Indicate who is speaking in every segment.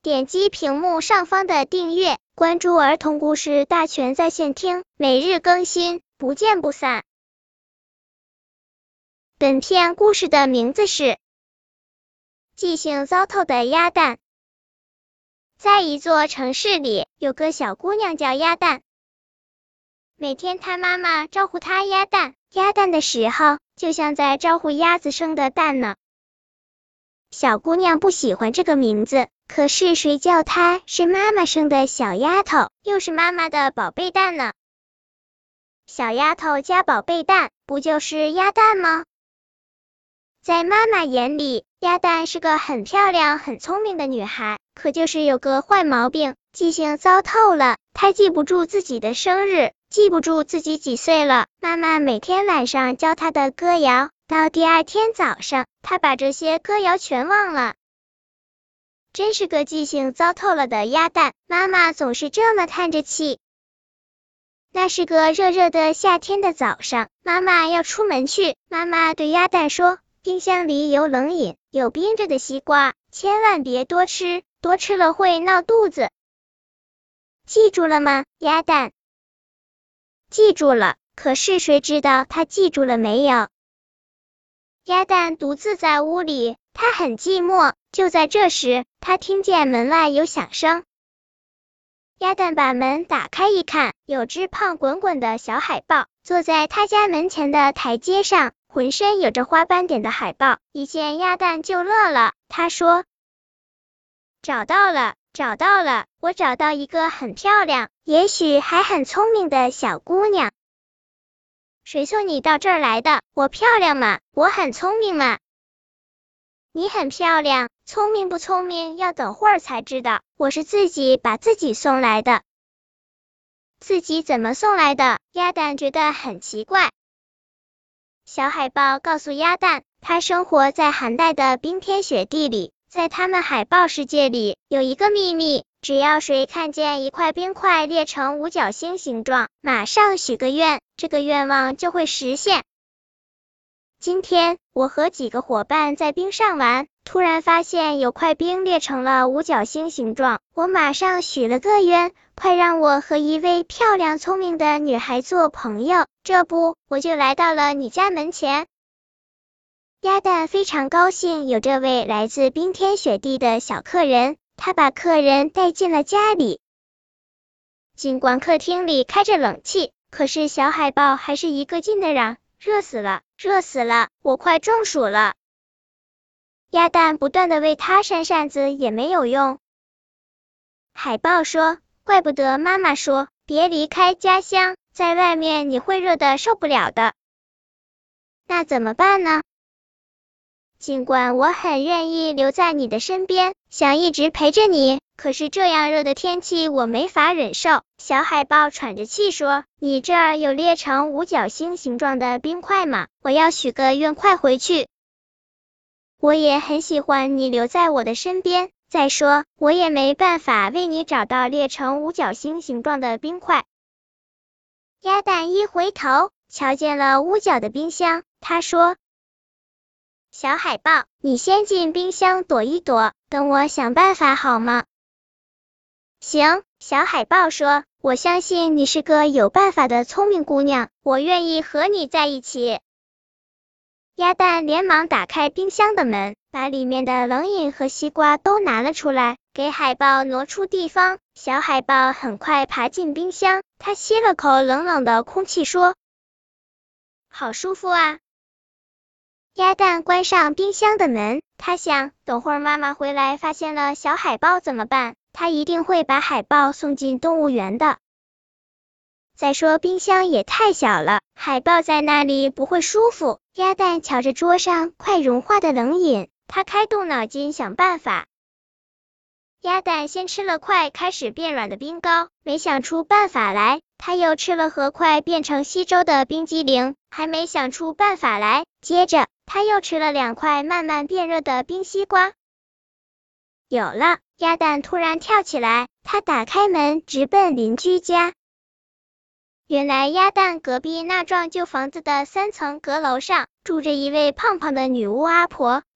Speaker 1: 点击屏幕上方的订阅，关注儿童故事大全在线听，每日更新，不见不散。本片故事的名字是记性糟透的鸭蛋。在一座城市里，有个小姑娘叫鸭蛋。每天她妈妈招呼她鸭蛋的时候，就像在招呼鸭子生的蛋呢。小姑娘不喜欢这个名字，可是谁叫她是妈妈生的小丫头，又是妈妈的宝贝蛋呢？小丫头加宝贝蛋，不就是鸭蛋吗？在妈妈眼里，鸭蛋是个很漂亮、很聪明的女孩，可就是有个坏毛病，记性糟透了。她记不住自己的生日，记不住自己几岁了。妈妈每天晚上教她的歌谣，到第二天早上，她把这些歌谣全忘了。真是个记性糟透了的鸭蛋，妈妈总是这么叹着气。那是个热热的夏天的早上，妈妈要出门去。妈妈对鸭蛋说，冰箱里有冷饮，有冰着的西瓜，千万别多吃，多吃了会闹肚子。记住了吗，鸭蛋？记住了，可是谁知道她记住了没有？鸭蛋独自在屋里，她很寂寞。就在这时，她听见门外有响声。鸭蛋把门打开一看，有只胖滚滚的小海豹坐在她家门前的台阶上，浑身有着花斑点的海豹一见鸭蛋就乐了。他说，找到了，找到了，我找到一个很漂亮，也许还很聪明的小姑娘。谁送你到这儿来的？我漂亮吗？我很聪明吗？你很漂亮，聪明不聪明要等会儿才知道，我是自己把自己送来的。自己怎么送来的？鸭蛋觉得很奇怪。小海豹告诉鸭蛋，它生活在寒带的冰天雪地里，在他们海豹世界里有一个秘密，只要谁看见一块冰块裂成五角星形状，马上许个愿，这个愿望就会实现。今天我和几个伙伴在冰上玩，突然发现有块冰裂成了五角星形状，我马上许了个愿，快让我和一位漂亮聪明的女孩做朋友，这不我就来到了你家门前。鸭蛋非常高兴有这位来自冰天雪地的小客人，他把客人带进了家里。尽管客厅里开着冷气，可是小海豹还是一个劲的嚷，热死了，热死了，我快中暑了。鸭蛋不断的为它扇扇子也没有用。海豹说，怪不得妈妈说，别离开家乡，在外面你会热得受不了的。那怎么办呢？尽管我很愿意留在你的身边，想一直陪着你，可是这样热的天气我没法忍受。小海豹喘着气说，你这儿有裂成五角星形状的冰块吗？我要许个愿快回去。我也很喜欢你留在我的身边，再说我也没办法为你找到裂成五角星形状的冰块。鸭蛋一回头，瞧见了屋角的冰箱，他说，小海豹，你先进冰箱躲一躲，等我想办法好吗？行，小海豹说，我相信你是个有办法的聪明姑娘，我愿意和你在一起。鸭蛋连忙打开冰箱的门，把里面的冷饮和西瓜都拿了出来，给海豹挪出地方。小海豹很快爬进冰箱，它吸了口冷冷的空气说，好舒服啊。鸭蛋关上冰箱的门，他想，等会儿妈妈回来发现了小海豹怎么办？她一定会把海豹送进动物园的。再说冰箱也太小了，海豹在那里不会舒服。鸭蛋瞧着桌上快融化的冷饮，他开动脑筋想办法。鸭蛋先吃了块开始变软的冰糕，没想出办法来，他又吃了和快变成稀粥的冰激凌，还没想出办法来，接着他又吃了2块慢慢变热的冰西瓜。有了，鸭蛋突然跳起来，他打开门直奔邻居家。原来鸭蛋隔壁那幢旧房子的3层阁楼上住着一位胖胖的女巫阿婆，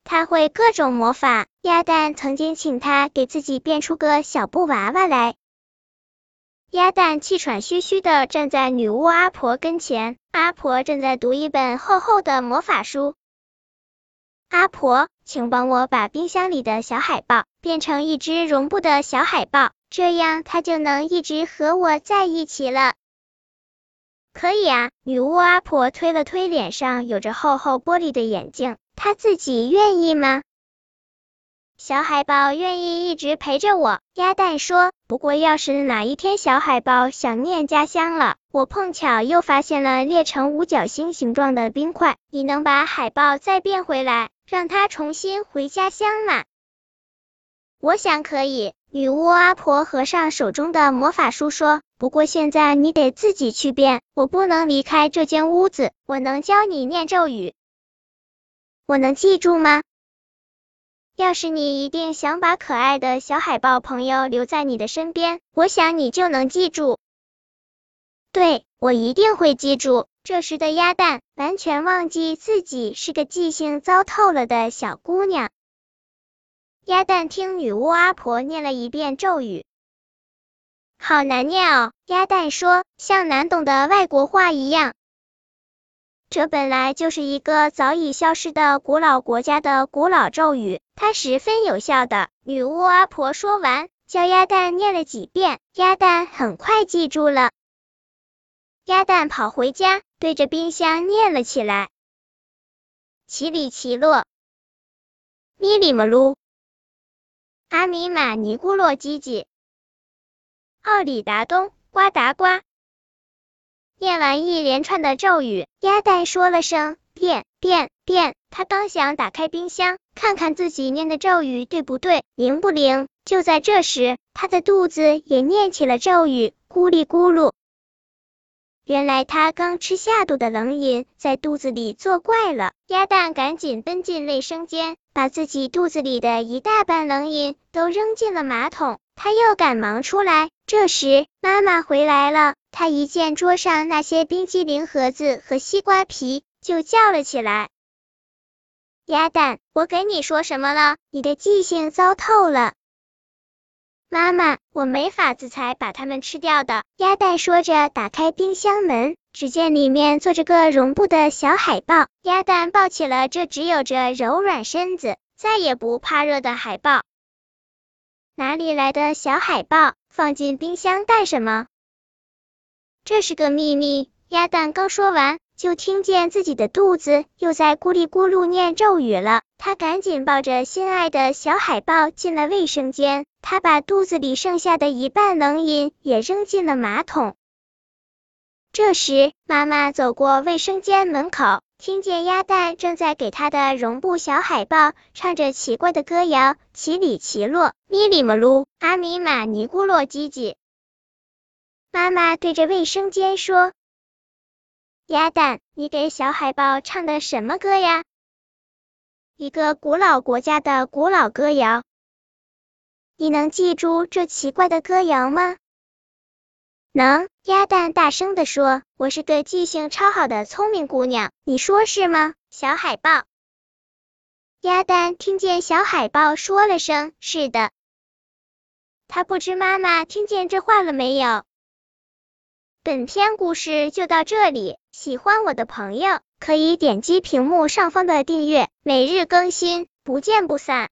Speaker 1: 他会各种魔法。鸭蛋曾经请他给自己变出个小布娃娃来。鸭蛋气喘吁吁地站在女巫阿婆跟前，阿婆正在读一本厚厚的魔法书。阿婆，请帮我把冰箱里的小海豹变成一只绒布的小海豹，这样它就能一直和我在一起了。可以啊，女巫阿婆推了推脸上有着厚厚玻璃的眼镜，她自己愿意吗？小海豹愿意一直陪着我，鸭蛋说，不过要是哪一天小海豹想念家乡了，我碰巧又发现了裂成五角星形状的冰块，你能把海豹再变回来，让它重新回家乡吗？我想可以，女巫阿婆合上手中的魔法书说，不过现在你得自己去变，我不能离开这间屋子，我能教你念咒语。我能记住吗？要是你一定想把可爱的小海豹朋友留在你的身边，我想你就能记住。对，我一定会记住。这时的鸭蛋完全忘记自己是个记性糟透了的小姑娘。鸭蛋听女巫阿婆念了一遍咒语。好难念哦，鸭蛋说，像难懂的外国话一样。这本来就是一个早已消失的古老国家的古老咒语，它十分有效的。女巫阿婆说完，教鸭蛋念了几遍，鸭蛋很快记住了。鸭蛋跑回家，对着冰箱念了起来。奇里奇洛，咪里么噜，阿米玛尼咕洛叽叽，奥里达东，呱达呱。念完一连串的咒语，鸭蛋说了声变变变，他刚想打开冰箱，看看自己念的咒语对不对，灵不灵，就在这时，他的肚子也念起了咒语，咕哩咕噜。原来他刚吃下肚的冷饮在肚子里作怪了，鸭蛋赶紧奔进卫生间，把自己肚子里的一大半冷饮都扔进了马桶，他又赶忙出来。这时妈妈回来了，她一见桌上那些冰激凌盒子和西瓜皮，就叫了起来。鸭蛋，我给你说什么了？你的记性糟透了。妈妈，我没法子才把它们吃掉的。鸭蛋说着打开冰箱门，只见里面坐着个绒布的小海豹。鸭蛋抱起了这只有着柔软身子，再也不怕热的海豹。哪里来的小海豹？放进冰箱干什么？这是个秘密。鸭蛋刚说完，就听见自己的肚子又在咕哩咕噜念咒语了。他赶紧抱着心爱的小海豹进了卫生间，他把肚子里剩下的一半冷饮也扔进了马桶。这时妈妈走过卫生间门口，听见鸭蛋正在给他的绒布小海豹唱着奇怪的歌谣，奇里奇洛，咪里么噜，阿米玛尼咕洛叽叽。妈妈对着卫生间说，鸭蛋，你给小海豹唱的什么歌呀？一个古老国家的古老歌谣。你能记住这奇怪的歌谣吗？能，鸭蛋大声地说，我是个记性超好的聪明姑娘，你说是吗，小海豹？鸭蛋听见小海豹说了声是的。他不知妈妈听见这话了没有。本篇故事就到这里，喜欢我的朋友可以点击屏幕上方的订阅，每日更新，不见不散。